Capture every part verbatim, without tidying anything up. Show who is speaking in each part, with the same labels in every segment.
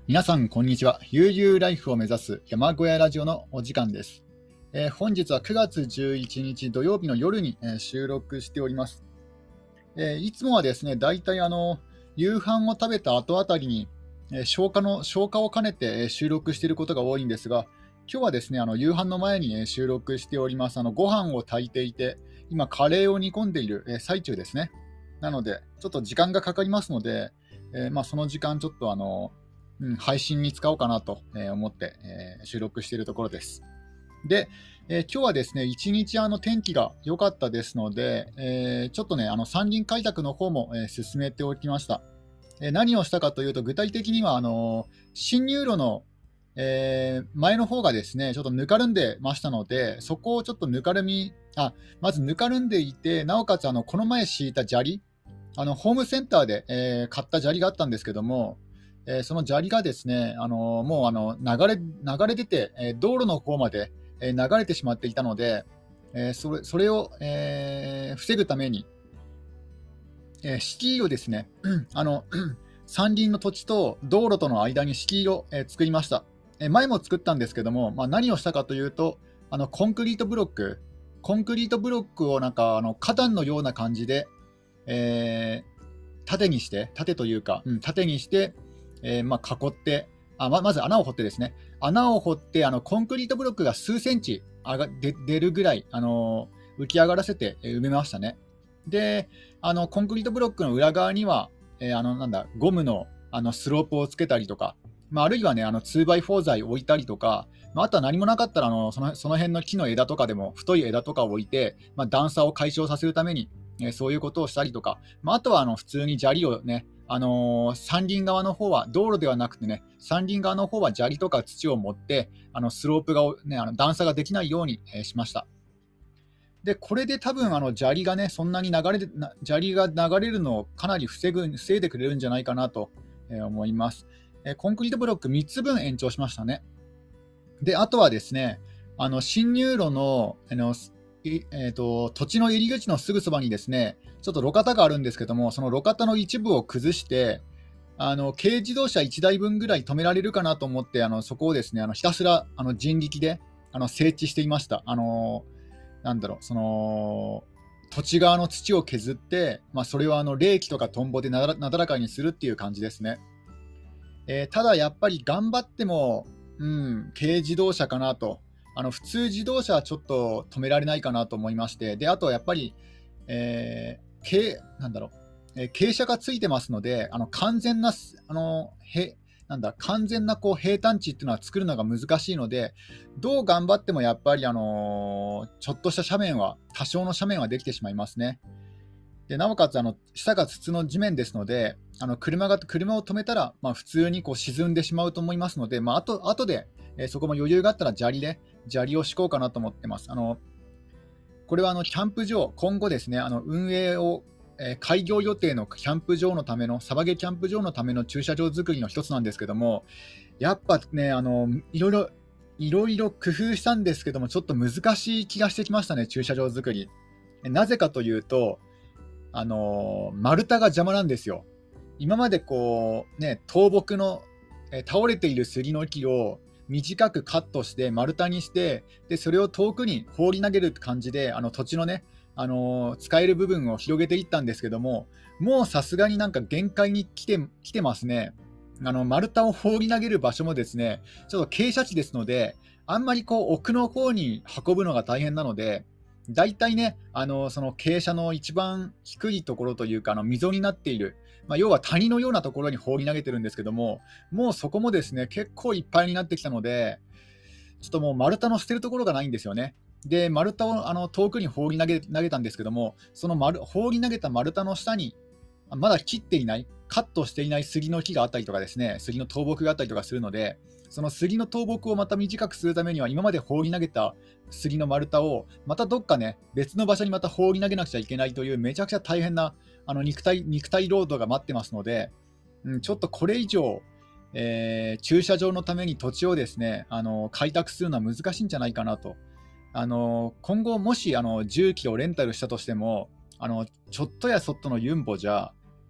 Speaker 1: 皆さん、こんにちは。悠々ライフを目指す山小屋ラジオのお時間です。えー本日はくがつじゅういちにち土曜日の夜に、えー収録しております。えーいつもはですね、だいたいあの夕飯を食べた後あたりに、えー消化の消化を兼ねてえー収録していることが多いんですが、今日はですね、あの夕飯の前に、えー収録しております。あのご飯を炊いていて、今カレーを煮込んでいる、えー最中ですね。なので、ちょっと時間がかかりますので、えーまあ、その時間ちょっとあの、うん、配信に使おうかなとえー思って、えー収録しているところです。で、えー今日はですね、一日あの天気が良かったですので、えーちょっとね、あの山林開拓の方も、えー進めておきました。えー何をしたかというと、具体的にはあの進入路の、えー前の方がですね、ちょっとぬかるんでましたので、そこをちょっとぬかるみ、あまずぬかるんでいて、なおかつあのこの前敷いた砂利、あのホームセンターで、えー買った砂利があったんですけども、えーその砂利がですね、あのもうあの流れ流れ出て、えー道路の方まで、えー流れてしまっていたので、えーそれそれを、えー防ぐために、えー敷居をですね、あの山林の土地と道路との間に敷居を、えー作りました。えー前も作ったんですけども、まあ、何をしたかというと、あのコンクリートブロック、コンクリートブロックをなんかあの花壇のような感じで、えー縦にして、縦というか、うん、縦にして、えーまあ、囲って、あままず穴を掘ってですね、穴を掘って、あのコンクリートブロックが数センチ上がで出るぐらい、あの浮き上がらせてえー埋めましたね。で、あのコンクリートブロックの裏側には、えーあのなんだゴムの、あのスロープをつけたりとか、まあ、あるいはね、あの ツーバイフォー 材を置いたりとか、まあ、あとは何もなかったらあのその、その辺の木の枝とかでも、太い枝とかを置いて、まあ、段差を解消させるために、えーそういうことをしたりとか、まあ、あとはあの普通に砂利をね、あのー山林側の方は、道路ではなくてね、山林側の方は砂利とか土を持って、あのスロープが、ね、あの段差ができないように、えーしました。で、これで多分あの砂利がね、そんなに流れてな砂利が流れるのをかなり防ぐ防いでくれるんじゃないかなとえー思います。えーコンクリートブロックみっつぶん延長しましたね。で、あとはですね、あの進入路の、あのいえーと土地の入り口のすぐそばにですね、ちょっと路肩があるんですけども、その路肩の一部を崩して、あの軽自動車いちだいぶんぐらい止められるかなと思って、あのそこをですね、あのひたすらあの人力であの整地していました。あのなんだろう、その土地側の土を削って、まあ、それをあの冷気とかトンボでなだらなだらかにするっていう感じですね。えーただやっぱり頑張っても、うん、軽自動車かなと。あの普通自動車はちょっと止められないかなと思いまして、であとはやっぱり、えー軽なんだろう、えー傾斜がついてますので、あの完全なすあのへなんだ完全なこう平坦地っていうのは作るのが難しいので、どう頑張ってもやっぱり、あのーちょっとした斜面は、多少の斜面はできてしまいますね。でなおかつあの下が筒の地面ですので、あの車が車を止めたら、まあ、普通にこう沈んでしまうと思いますので、まあ、あと後で、えーそこも余裕があったら砂利で砂利を敷こうかなと思ってます。あのこれはあのキャンプ場、今後ですね、あの運営を、えー開業予定のキャンプ場のための、サバゲキャンプ場のための駐車場作りの一つなんですけども、やっぱね、あのいろいろいろいろ工夫したんですけども、ちょっと難しい気がしてきましたね、駐車場作り。なぜかというと、あの丸太が邪魔なんですよ。今までこう、ね、倒木の、えー倒れている杉の木を短くカットして丸太にして、でそれを遠くに放り投げる感じで、あの土地のね、あのー使える部分を広げていったんですけども、もうさすがになんか限界に来て来てますね。あの丸太を放り投げる場所もですね、ちょっと傾斜地ですので、あんまりこう奥の方に運ぶのが大変なので、だいたいね、あのその傾斜の一番低いところというか、あの溝になっている、まあ、要は谷のようなところに放り投げてるんですけども、もうそこもですね、結構いっぱいになってきたので、ちょっともう丸太の捨てるところがないんですよね。で、丸太をあの遠くに放り投げ投げたんですけども、その丸放り投げた丸太の下に、まだ切っていない、カットしていない杉の木があったりとかですね、杉の倒木があったりとかするので、その杉の倒木をまた短くするためには、今まで放り投げた杉の丸太を、またどっかね、別の場所にまた放り投げなくちゃいけないという、めちゃくちゃ大変なあの肉体肉体労働が待ってますので、うん、ちょっとこれ以上、えー駐車場のために土地をですね、あの開拓するのは難しいんじゃないかなと。あの今後、もしあの重機をレンタルしたとしても、あのちょっとやそっとのユンボじゃ、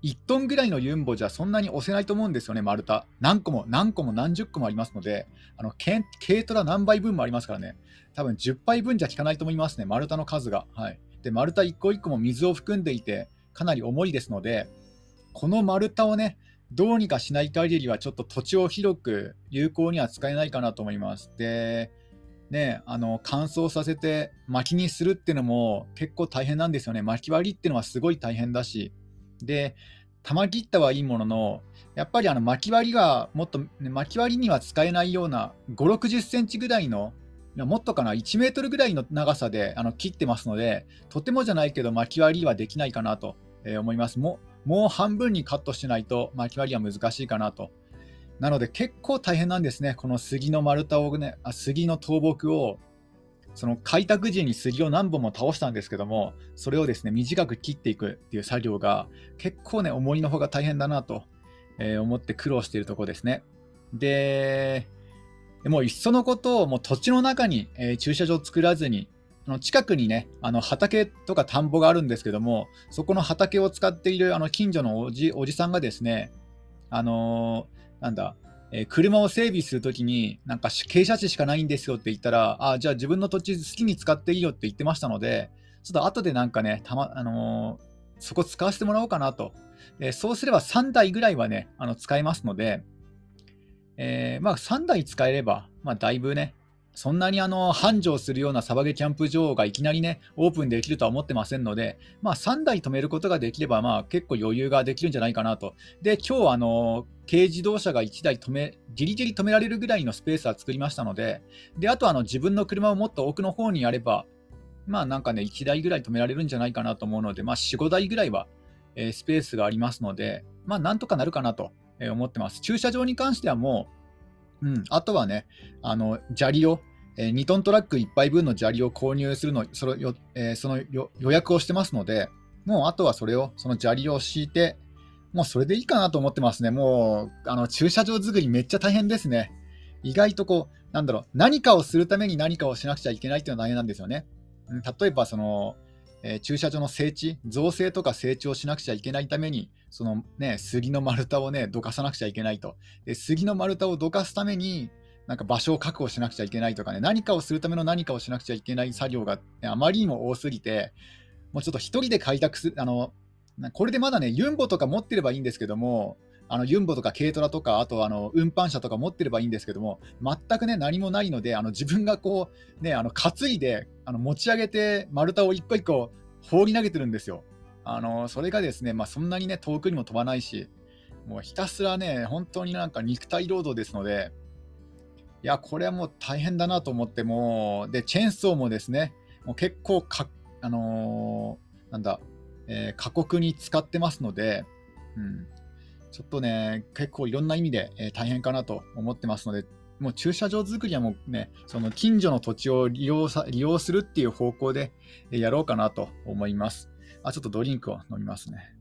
Speaker 1: いちトンぐらいのユンボじゃそんなに押せないと思うんですよね、丸太。何個も何個も何十個もありますので、あの軽軽トラ何倍分もありますからね、多分じゅっぱいぶんじゃ効かないと思いますね、丸太の数が。はい、で丸太一個一個も水を含んでいて、かなり重いですので、この丸太をね、どうにかしない限りは、ちょっと土地を広く有効には使えないかなと思います。で、ね、あの乾燥させて薪にするっていうのも結構大変なんですよね。薪割りっていうのはすごい大変だし、で、玉切ったはいいものの、やっぱりあの薪割りがもっと、ね、薪割りには使えないようなご、ろくじゅっセンチぐらいの、いやもっとかな、いちメートルぐらいの長さであの切ってますので、とてもじゃないけど薪割りはできないかなとえー思います。もう、もう半分にカットしないと薪割りは難しいかなと。なので結構大変なんですね。この杉の丸太をね、あ杉の倒木を、その開拓時に杉を何本も倒したんですけども、それをですね、短く切っていくっていう作業が結構ね、思いのほか大変だなとえー思って苦労しているところですね。で、でもういっそのことをもう土地の中に、えー駐車場を作らずに、あの近くにね、あの畑とか田んぼがあるんですけども、そこの畑を使っているあの近所のおじおじさんがですね、あのーなんだ、えー車を整備するときに、なんかし傾斜地しかないんですよって言ったら、あ、じゃあ自分の土地好きに使っていいよって言ってましたので、ちょっと後でなんかね、たま、あのーそこ使わせてもらおうかなと。えーそうすればさんだいぐらいはね、あの使えますので、えーまあ、さんだい使えれば、まあ、だいぶね、そんなにあの繁盛するようなサバゲキャンプ場がいきなりね、オープンできるとは思ってませんので、まあ、さんだい止めることができれば、まあ、結構余裕ができるんじゃないかなと。で、今日あの軽自動車がいちだい止め、ギリギリ止められるぐらいのスペースは作りましたので、であとあの自分の車をもっと奥の方にやれば、まあなんかね、いちだいぐらい止められるんじゃないかなと思うので、まあ、よん、ごだいぐらいは、えースペースがありますので、まあ、なんとかなるかなとえー思ってます。駐車場に関してはもう、うん、あとはね、あの砂利を、えーにトントラックいっぱいぶんの砂利を購入するの、そのよ、えーそのよ予約をしてますので、もうあとはそれを、その砂利を敷いて、もうそれでいいかなと思ってますね。もうあの駐車場作りめっちゃ大変ですね。意外とこう、なんだろう、何かをするために何かをしなくちゃいけないっていうのは大変なんですよね。うん例えばその、えー駐車場の整地、造成とか整地をしなくちゃいけないために、そのね、杉の丸太をね、どかさなくちゃいけないと。で杉の丸太をどかすために、なんか場所を確保しなくちゃいけないとかね、何かをするための何かをしなくちゃいけない作業が、ね、あまりにも多すぎて、もうちょっと一人で開拓する、あの、なこれでまだね、ユンボとか持ってればいいんですけども、あのユンボとか軽トラとか、あとあの運搬車とか持ってればいいんですけども、全くね、何もないので、あの自分がこう、ね、あの担いであの持ち上げて、丸太を一個一個放り投げてるんですよ。あのそれがですね、まあ、そんなにね、遠くにも飛ばないし、もうひたすらね、本当になんか肉体労働ですので、いや、これはもう大変だなと思って、もう、で、チェーンソーもですね、もう結構か、あのーなんだ、えー過酷に使ってますので、うん、ちょっとね、結構いろんな意味で、えー大変かなと思ってますので、もう駐車場作りはもうね、その近所の土地を利用さ利用するっていう方向でえーやろうかなと思います。あ、ちょっとドリンクを飲みますね。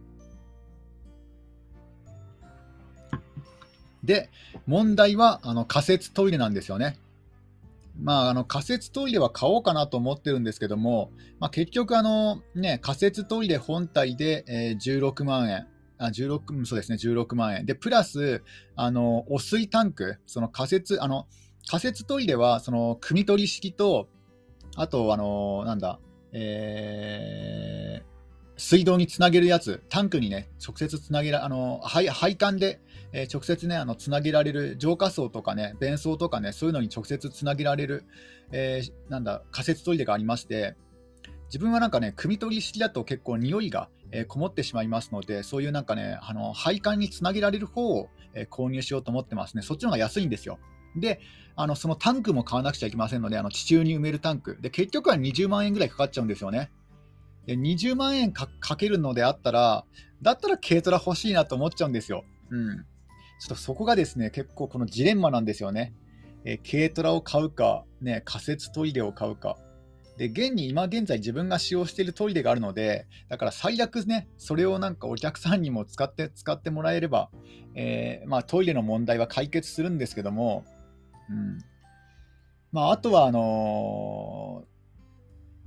Speaker 1: で、問題はあの仮設トイレなんですよね。まあ、あの仮設トイレは買おうかなと思ってるんですけども、まあ、結局あの、ね、仮設トイレ本体で、えーじゅうろくまん円、あじゅうろく、うんそうですね、じゅうろくまん円で、プラスあの汚水タンク、その仮設あの仮設トイレはその汲み取り式と、あと、あのなんだ、えー水道につなげるやつ、タンクにね、直接つなげら、あの配配管で、えー直接ね、あのつなげられる浄化槽とかね、便槽とかね、そういうのに直接つなげられる、えーなんだ、仮設トイレがありまして、自分はなんかね、汲み取り式だと結構匂いが、えーこもってしまいますので、そういうなんかね、あの配管につなげられる方を、えー購入しようと思ってますね。そっちの方が安いんですよ。で、あのそのタンクも買わなくちゃいけませんので、あの地中に埋めるタンク。で、結局はにじゅうまん円ぐらいかかっちゃうんですよね。でにじゅうまん円かかけるのであったら、だったら軽トラ欲しいなと思っちゃうんですよ。うん。ちょっとそこがですね、結構このジレンマなんですよね。えー軽トラを買うか、ね、仮設トイレを買うか。で、現に今現在自分が使用しているトイレがあるので、だから最悪ね、それをなんかお客さんにも使って使ってもらえれば、えーまあ、トイレの問題は解決するんですけども、うんまあ、あとはあのー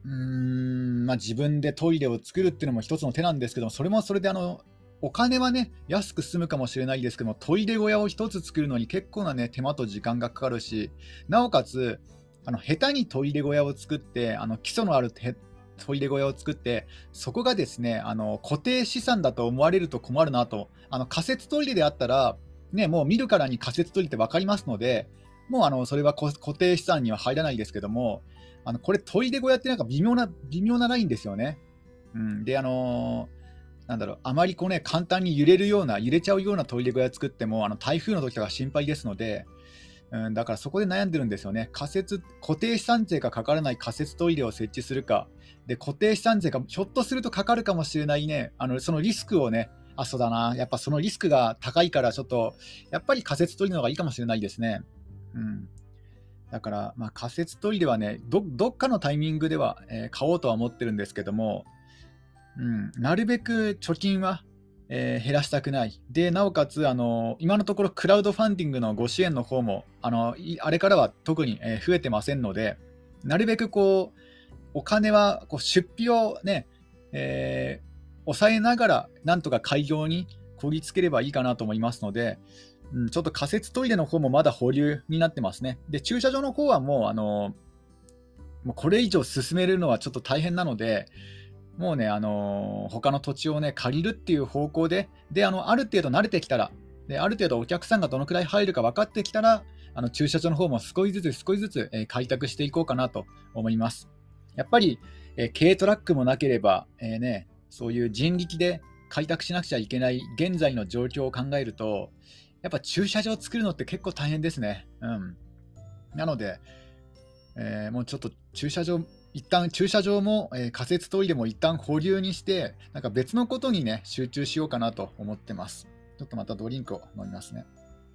Speaker 1: うーん、まあ、自分でトイレを作るっていうのも一つの手なんですけども、それもそれであのお金はね、安く済むかもしれないですけども、トイレ小屋を一つ作るのに結構なね、手間と時間がかかるし、なおかつ、あの下手にトイレ小屋を作って、あの基礎のあるてトイレ小屋を作って、そこがですね、あの固定資産だと思われると困るなと。あの仮設トイレであったら、ね、もう見るからに仮設トイレって分かりますので、もうあのそれはこ固定資産には入らないですけども、あのこれトイレ小屋ってなんか微妙な微妙なラインですよね。うん、で、あのーなんだろう、あまりこうね、簡単に揺れるような、揺れちゃうようなトイレ小屋作っても、あの台風の時とか心配ですので、うん、だからそこで悩んでるんですよね。仮設、固定資産税がかからない仮設トイレを設置するか、で、固定資産税がひょっとするとかかるかもしれないね、あのそのリスクをね、あ、そうだな、やっぱそのリスクが高いから、ちょっと、やっぱり仮設トイレの方がいいかもしれないですね。うん。だから、まあ、仮設トイレはね、どどっかのタイミングでは、えー買おうとは思ってるんですけども、うん、なるべく貯金は、えー減らしたくない。で、なおかつ、あの今のところクラウドファンディングのご支援の方も、あのいあれからは特に、えー増えてませんので、なるべくこう、お金はこう出費をね、えー抑えながら、なんとか開業にこぎつければいいかなと思いますので、うん、ちょっと仮設トイレの方もまだ保留になってますね。で、駐車場の方はもう、あのもうこれ以上進めるのはちょっと大変なので、もうね、あのー他の土地をね、借りるっていう方向で、で、あの、ある程度慣れてきたら、で、ある程度お客さんがどのくらい入るか分かってきたら、あの、駐車場の方も少しずつ少しずつ、えー開拓していこうかなと思います。やっぱり、えー軽トラックもなければ、えーね、そういう人力で開拓しなくちゃいけない現在の状況を考えると、やっぱ駐車場を作るのって結構大変ですね。うん。なので、えーもうちょっと駐車場、一旦駐車場も、えー仮設トイレも一旦保留にして、なんか別のことにね、集中しようかなと思ってます。ちょっとまたドリンクを飲みますね。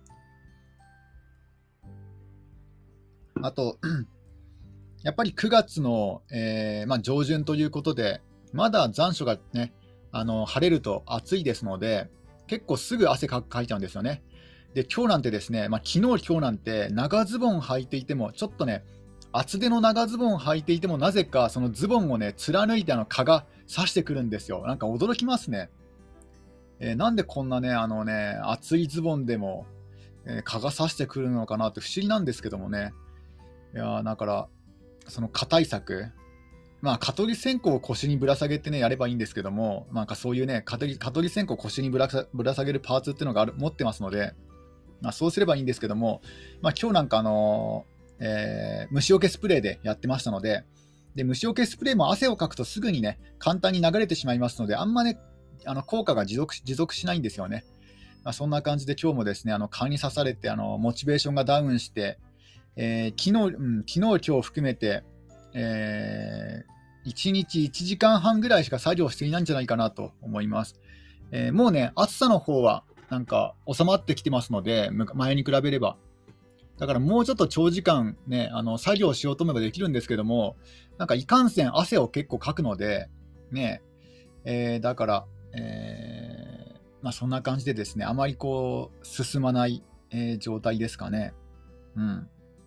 Speaker 1: あと、やっぱりくがつの、えーまあ、上旬ということで、まだ残暑がね、あの晴れると暑いですので、結構すぐ汗かかいちゃうんですよね。で、今日なんてですね、まあ、昨日、今日なんて長ズボン履いていても、ちょっとね、厚手の長ズボン履いていても、なぜかそのズボンをね、貫いてあの蚊が刺してくるんですよ。なんか驚きますね。えーなんでこんなね、あのね、厚いズボンでも、えー蚊が刺してくるのかなって不思議なんですけどもね。いやーだから、その蚊対策、まあ、蚊取り線香を腰にぶら下げてね、やればいいんですけども、なんかそういうね、蚊取り蚊取り線香を腰にぶらさぶら下げるパーツっていうのがある持ってますので、まあ、そうすればいいんですけども、まあ、今日なんかあのーえー虫除けスプレーでやってましたので、で虫除けスプレーも汗をかくとすぐにね、簡単に流れてしまいますので、あんまね、あの効果が持続し持続しないんですよね。まあ、そんな感じで今日もですね、あの蚊に刺されてあのモチベーションがダウンして、えー昨日、うん、昨日、今日含めて、えーいちにちいちじかんはんぐらいしか作業していないんじゃないかなと思います。えーもうね、暑さの方はなんか収まってきてますので、む前に比べれば。だからもうちょっと長時間ね、あの作業しようと思えばできるんですけども、なんかいかんせん汗を結構かくので、ね、えーだから、えーまあ、そんな感じでですね、あまりこう進まない、えー状態ですかね。うん。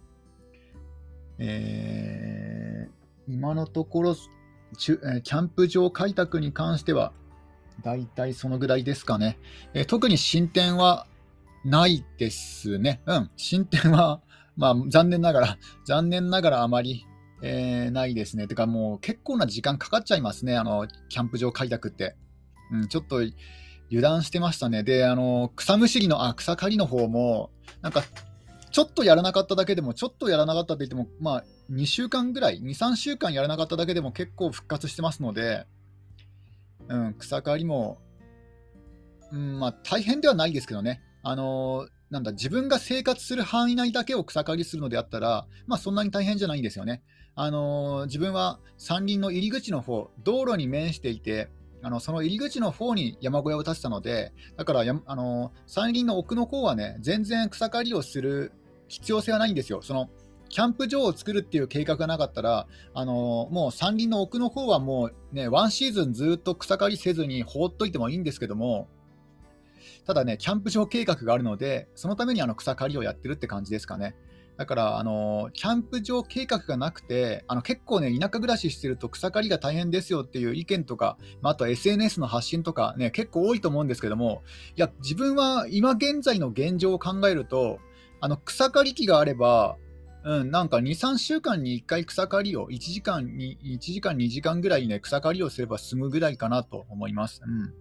Speaker 1: えー今のところ、ちゅえーキャンプ場開拓に関しては、だいたいそのぐらいですかね。えー特に進展はないですね。うん、進展は、まあ、残念ながら、残念ながらあまり、えーないですね。てか、もう結構な時間かかっちゃいますね、あのキャンプ場開拓って。うん、ちょっと油断してましたね。で、あの草むしりの、あ、草刈りの方も、なんかちょっとやらなかっただけでも、ちょっとやらなかったって言っても、まあ、にしゅうかんぐらい、に、さんしゅうかんやらなかっただけでも結構復活してますので、うん、草刈りも、うん、まあ、大変ではないですけどね、あのーなんだ、自分が生活する範囲内だけを草刈りするのであったら、まあ、そんなに大変じゃないんですよね。あのー自分は山林の入り口の方、道路に面していて、あのその入り口の方に山小屋を建てたので、だからや、あのー山林の奥の方はね、全然草刈りをする必要性はないんですよ。そのキャンプ場を作るっていう計画がなかったら、あのーもう山林の奥の方はもうね、ワンシーズンずっと草刈りせずに放っといてもいいんですけども、ただね、キャンプ場計画があるので、そのためにあの草刈りをやってるって感じですかね。 だから、あのキャンプ場計画がなくて、あの結構ね、田舎暮らししてると草刈りが大変ですよっていう意見とか、まあ、あとは エスエヌエス の発信とかね、結構多いと思うんですけども、いや、自分は今現在の現状を考えると、あの草刈り機があれば、うん、なんかに、さんしゅうかんにいっかい草刈りを、いちじかんに、いちじかん、にじかんぐらいね、草刈りをすれば済むぐらいかなと思います。うん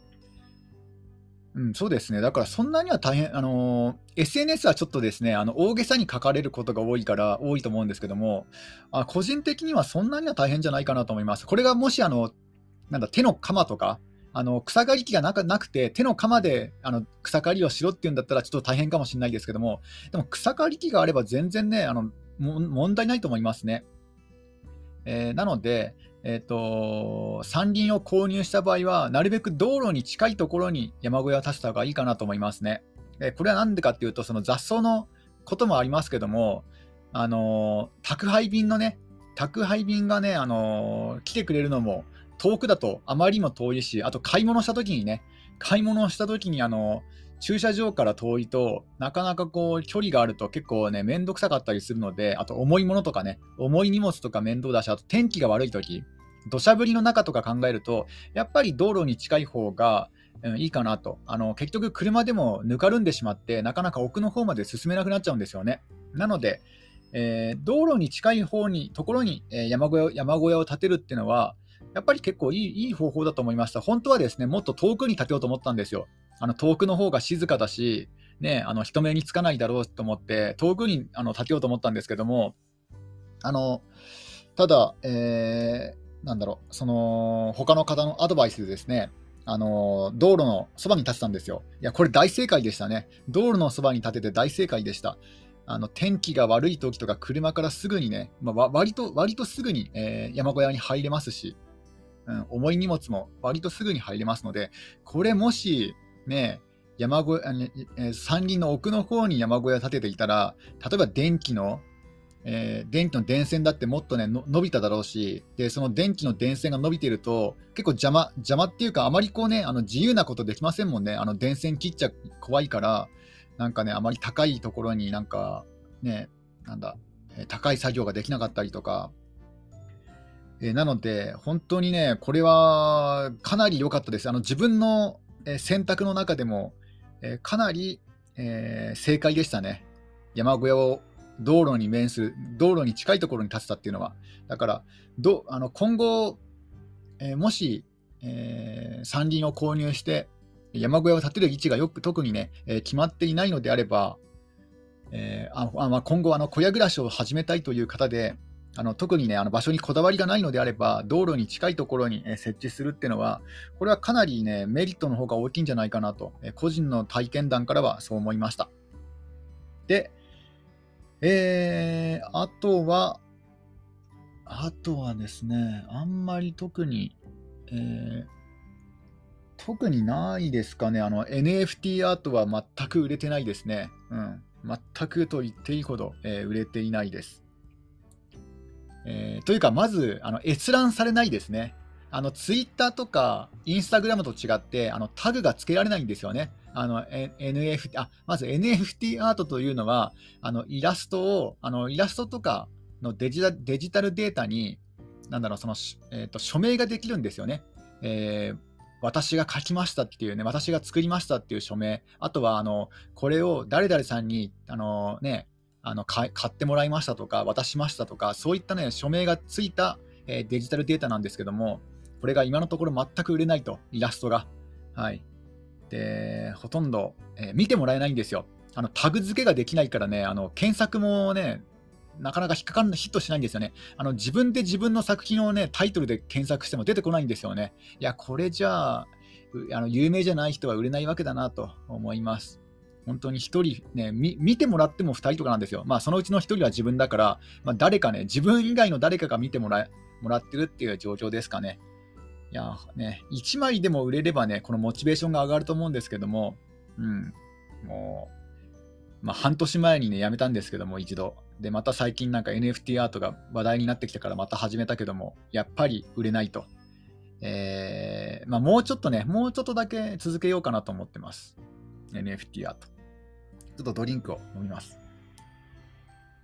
Speaker 1: うん、そうですね。だからそんなには大変、あのー エスエヌエス はちょっとですね、あの大げさに書かれることが多いから、多いと思うんですけども、あ、個人的にはそんなには大変じゃないかなと思います。これがもし、あの、なんだ、手の鎌とか、あの草刈り機がなかなくて、手の鎌であの草刈りをしろっていうんだったら、ちょっと大変かもしれないですけども、でも草刈り機があれば全然ね、あのも問題ないと思いますね。えーなので、えーと、山林を購入した場合は、なるべく道路に近いところに山小屋を建てた方がいいかなと思いますね。えーこれは何でかっていうと、その雑草のこともありますけども、あのー宅配便のね、宅配便がね、あのー来てくれるのも、遠くだとあまりにも遠いし、あと買い物したときにね、買い物をしたときに、あのー駐車場から遠いとなかなかこう距離があると結構ね、めんどくさかったりするので、あと重いものとかね、重い荷物とか面倒だし、あと天気が悪いとき、土砂降りの中とか考えると、やっぱり道路に近い方が、うん、いいかなと。あの結局車でもぬかるんでしまって、なかなか奥の方まで進めなくなっちゃうんですよね。なので、えー道路に近い方にところに、えー山小屋山小屋を建てるっていうのは、やっぱり結構いいいい方法だと思いました。本当はですね、もっと遠くに建てようと思ったんですよ。あの遠くの方が静かだし、ね、あの人目につかないだろうと思って、遠くにあの建てようと思ったんですけども、あのただ、えーなんだろう、その他の方のアドバイスでですね、あの道路のそばに建てたんですよ。いや、これ大正解でしたね。道路のそばに建てて大正解でした。あの天気が悪い時とか、車からすぐにね、まあ、わ割と割とすぐに、えー山小屋に入れますし、うん、重い荷物も割とすぐに入れますので、これもし、ね、山小屋、あのえー山林の奥の方に山小屋建てていたら、例えば電気の、えー電気の電線だってもっとね、の伸びただろうし、で、その電気の電線が伸びていると、結構邪魔、邪魔っていうか、あまりこうね、あの自由なことできませんもんね。あの電線切っちゃ怖いから、なんかね、あまり高いところになんか、ね、なんだ、えー高い作業ができなかったりとか、えーなので、本当にね、これはかなり良かったです。あの自分のえー選択の中でも、えーかなり、えー正解でしたね。山小屋を道路に面する、道路に近いところに建てたっていうのは。だから、どあの今後、えーもし、えー山林を購入して、山小屋を建てる位置がよく特にね、えー決まっていないのであれば、えーああまあ、今後あの、小屋暮らしを始めたいという方で、あの特に、ね、あの場所にこだわりがないのであれば、道路に近いところにえー設置するっていうのは、これはかなり、ね、メリットの方が大きいんじゃないかなと、えー個人の体験談からはそう思いました。で、えーあとは、あとはですね、あんまり特に、えー特にないですかね。あの エヌエフティー アートは全く売れてないですね。うん。全くと言っていいほど、えー売れていないです。えーというか、まずあの閲覧されないですね。あのツイッターとかインスタグラムと違ってあのタグがつけられないんですよね。あの エヌエフティー あまず エヌエフティー アートというのはあのイラストをあのイラストとかのデジタデジタルデータになんだろうその、えーと署名ができるんですよね。えー私が書きましたっていうね、私が作りましたっていう署名、あとはあのこれを誰々さんにあの、ね、あの買買ってもらいましたとか、渡しましたとか、そういった、ね、署名がついた、えーデジタルデータなんですけども、これが今のところ全く売れないと、イラストが。はい、でほとんど、えー見てもらえないんですよ。あのタグ付けができないからね、あの検索もね、なかなか引っかかんヒットしないんですよね。あの自分で自分の作品をね、タイトルで検索しても出てこないんですよね。いや、これじゃあ、うあの有名じゃない人は売れないわけだなと思います。本当にひとり、ね、み見てもらってもふたりとかなんですよ。まあ、そのうちのひとりは自分だから、まあ、誰かね、自分以外の誰かが見てもらえもらってるっていう状況ですかね。いやね、いちまいでも売れればね、このモチベーションが上がると思うんですけども、うん、もう、まあ、半年前にね、やめたんですけども、一度。で、また最近なんか エヌエフティー アートが話題になってきたからまた始めたけども、やっぱり売れないと。えーまあ、もうちょっとね、もうちょっとだけ続けようかなと思ってます。エヌエフティー アート。ちょっとドリンクを飲みます。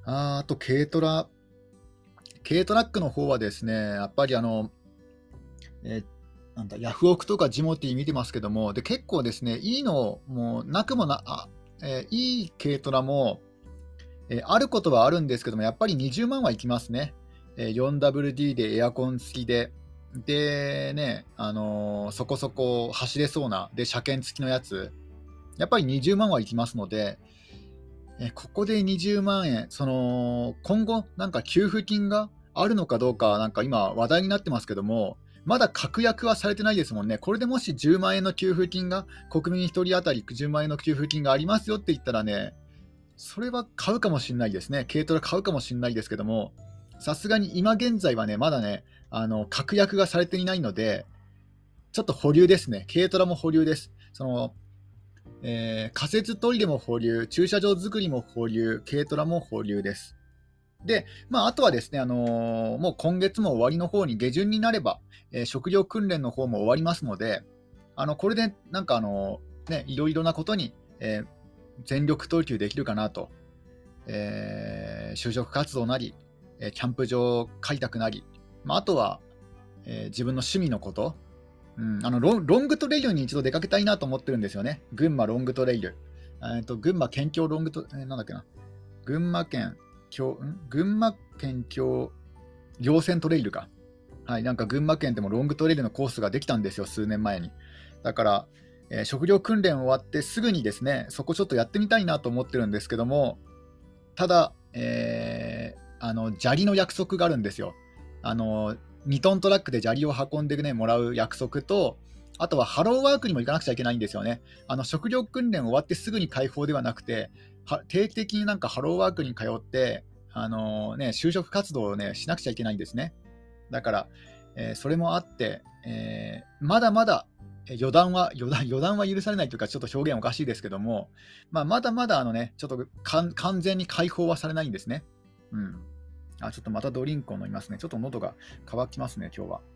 Speaker 1: あーあと軽トラ、軽トラックの方はですね、やっぱりあの、えーなんだ、ヤフオクとかジモティー見てますけども、で結構ですね、いいのもなくもな、あえーいい軽トラも、えーあることはあるんですけども、やっぱりにじゅうまんはいきますね。えー フォーダブリューディー でエアコン付きで、でね、あのーそこそこ走れそうな、で車検付きのやつ、やっぱりにじゅうまんはいきますので、えーここでにじゅうまんえん、その今後、なんか給付金があるのかどうか、なんか今、話題になってますけども、まだ確約はされてないですもんね。これでもしじゅうまん円の給付金が、国民ひとり当たりじゅうまん円の給付金がありますよって言ったらね、それは買うかもしれないですね。軽トラ買うかもしれないですけども、さすがに今現在はね、まだね、あの確約がされていないので、ちょっと保留ですね。軽トラも保留です。そのえー仮設トイレも保留、駐車場作りも保留、軽トラも保留です。で、まあ、あとはですね、あのーもう今月も終わりの方に、下旬になれば、えー食料訓練の方も終わりますので、あのこれでなんかあのーね、いろいろなことに、えー全力投球できるかなと、えー就職活動なり、えーキャンプ場開拓なり、まあ、あとは、えー自分の趣味のこと、うん、あのロンロングトレイルに一度出かけたいなと思ってるんですよね。群馬ロングトレイル。えーと群馬県境ロングト、えーなんだっけな。群馬県境、ん群馬県境稜線トレイルか。はい、なんか群馬県でもロングトレイルのコースができたんですよ、数年前に。だから、えー食料訓練終わってすぐにですね、そこちょっとやってみたいなと思ってるんですけども、ただ、えーあの砂利の約束があるんですよ。あのにトントラックで砂利を運んで、ね、もらう約束と、あとはハローワークにも行かなくちゃいけないんですよね。あの食料訓練終わってすぐに解放ではなくて、は定期的になんかハローワークに通って、あのね、就職活動を、ね、しなくちゃいけないんですね。だから、えーそれもあって、えーまだまだえー予断は予断予断は許されないというか、ちょっと表現おかしいですけども、まあ、まだまだあの、ね、ちょっとかん完全に解放はされないんですね。うん。あ、ちょっとまたドリンクを飲みますね。ちょっと喉が渇きますね、今日は。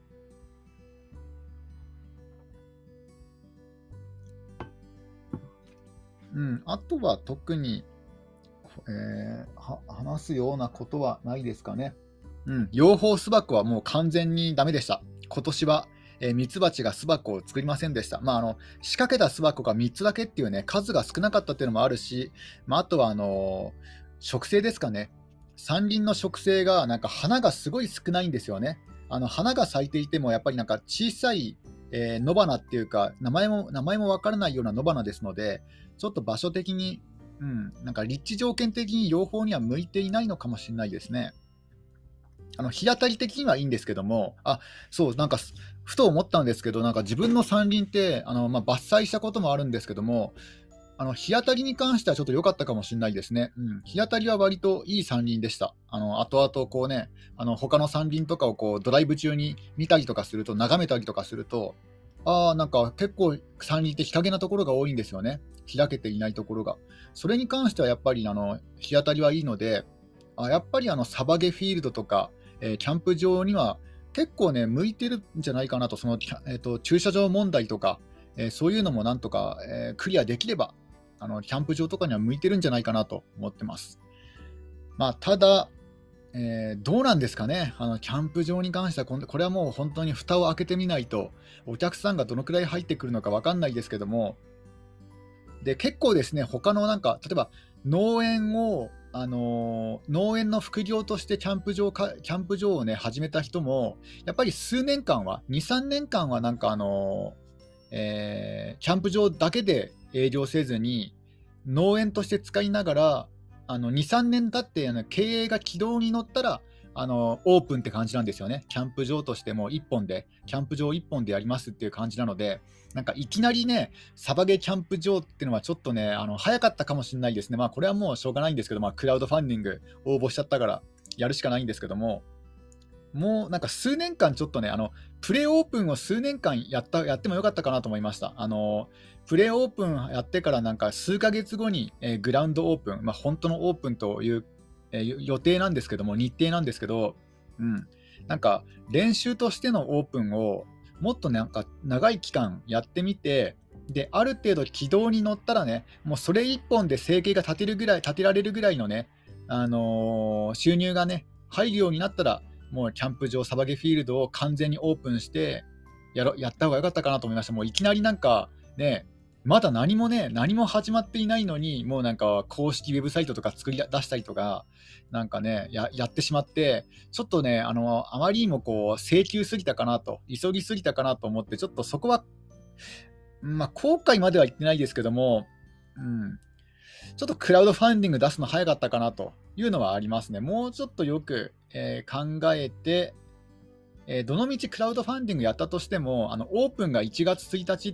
Speaker 1: うん。あとは特に、えーは話すようなことはないですかね。うん。養蜂巣箱はもう完全にダメでした。今年は、えーミツバチが巣箱を作りませんでした。まあ、あの仕掛けた巣箱がみっつだけっていうね、数が少なかったっていうのもあるし、まあ、あとはあのー植生ですかね。山林の植生がなんか花がすごい少ないんですよね。あの花が咲いていてもやっぱりなんか小さい、えー野花っていうか、名前も名前もわからないような野花ですので、ちょっと場所的に、うん、なんか立地条件的に養蜂には向いていないのかもしれないですね。あの日当たり的にはいいんですけども、あ、そう、なんかすふと思ったんですけど、なんか自分の山林ってあの、まあ、伐採したこともあるんですけども、あの日当たりに関してはちょっと良かったかもしれないですね。うん、日当たりは割といい山林でした。あの後々こうね、あの他の山林とかをこうドライブ中に見たりとかすると、眺めたりとかすると、ああ、なんか結構山林って日陰なところが多いんですよね。開けていないところが。それに関してはやっぱりあの日当たりはいいので、あやっぱりあのサバゲフィールドとか、えーキャンプ場には結構ね、向いてるんじゃないかなと、その、キャえーと駐車場問題とか、えーそういうのもなんとか、えークリアできれば、あのキャンプ場とかには向いてるんじゃないかなと思ってます。まあ、ただ、えーどうなんですかね、あのキャンプ場に関してはこん、これはもう本当に蓋を開けてみないと、お客さんがどのくらい入ってくるのか分かんないですけども、で結構ですね、他のなんか、例えば農園を、あのー農園の副業としてキャンプ場かキャンプ場をね始めた人も、やっぱり数年間は、に、さんねんかんはなんかあのーえーキャンプ場だけで営業せずに、農園として使いながら、あのに、さんねん経ってあの経営が軌道に乗ったら、あのオープンって感じなんですよね。キャンプ場としても一本で、キャンプ場一本でやりますっていう感じなので、なんかいきなりね、サバゲキャンプ場っていうのはちょっとね、あの早かったかもしれないですね。まあ、これはもうしょうがないんですけど、まあ、クラウドファンディング応募しちゃったからやるしかないんですけども、もうなんか数年間ちょっとね、あのプレオープンを数年間やったやってもよかったかなと思いました。あのプレオープンやってからなんか数ヶ月後に、えーグラウンドオープン、まあ、本当のオープンという、えー予定なんですけども、日程なんですけど、うん、なんか練習としてのオープンをもっとなんか長い期間やってみて、である程度軌道に乗ったらね、もうそれ一本で生計が立てるぐらい立てられるぐらいのね、 あのー収入がね、入るようになったら、もうキャンプ場、サバゲフィールドを完全にオープンしてやろ、やった方が良かったかなと思いました。もういきなりなんかね、まだ何もね、何も始まっていないのに、もうなんか公式ウェブサイトとか作り出したりとか、なんかね、ややってしまって、ちょっとね、あの、あまりにもこう、請求すぎたかなと、急ぎすぎたかなと思って、ちょっとそこは、まあ、後悔までは言ってないですけども、うん、ちょっとクラウドファンディング出すの早かったかなというのはありますね。もうちょっとよく、えー考えて、えーどのみちクラウドファンディングやったとしても、あのオープンがいちがつついたちって、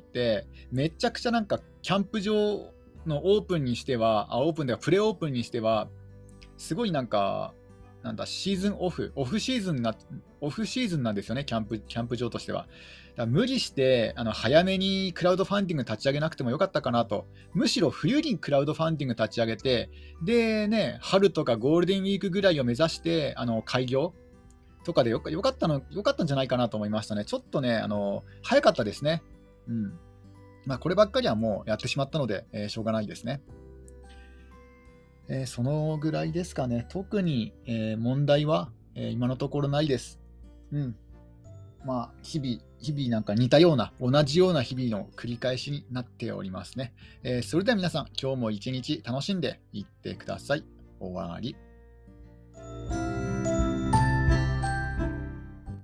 Speaker 1: めちゃくちゃなんかキャンプ場のオープンにしては、あオープンではプレオープンにしては、すごいなんか、なんだ、シーズンオフ、オフシーズンな、オフシーズンなんですよね、キャンプ、キャンプ場としては。だから無理して、あの早めにクラウドファンディング立ち上げなくてもよかったかなと。むしろ冬にクラウドファンディング立ち上げて、でね、春とかゴールデンウィークぐらいを目指して、あの開業とかでよかよかったの、よかったんじゃないかなと思いましたね。ちょっとね、あの早かったですね。うん。まあ、こればっかりはもうやってしまったので、えーしょうがないですね。えーそのぐらいですかね。特に、えー問題は、えー今のところないです。うん。まあ、日々、日々なんか似たような、同じような日々の繰り返しになっておりますね。えーそれでは皆さん、今日も一日楽しんでいってください。終わり。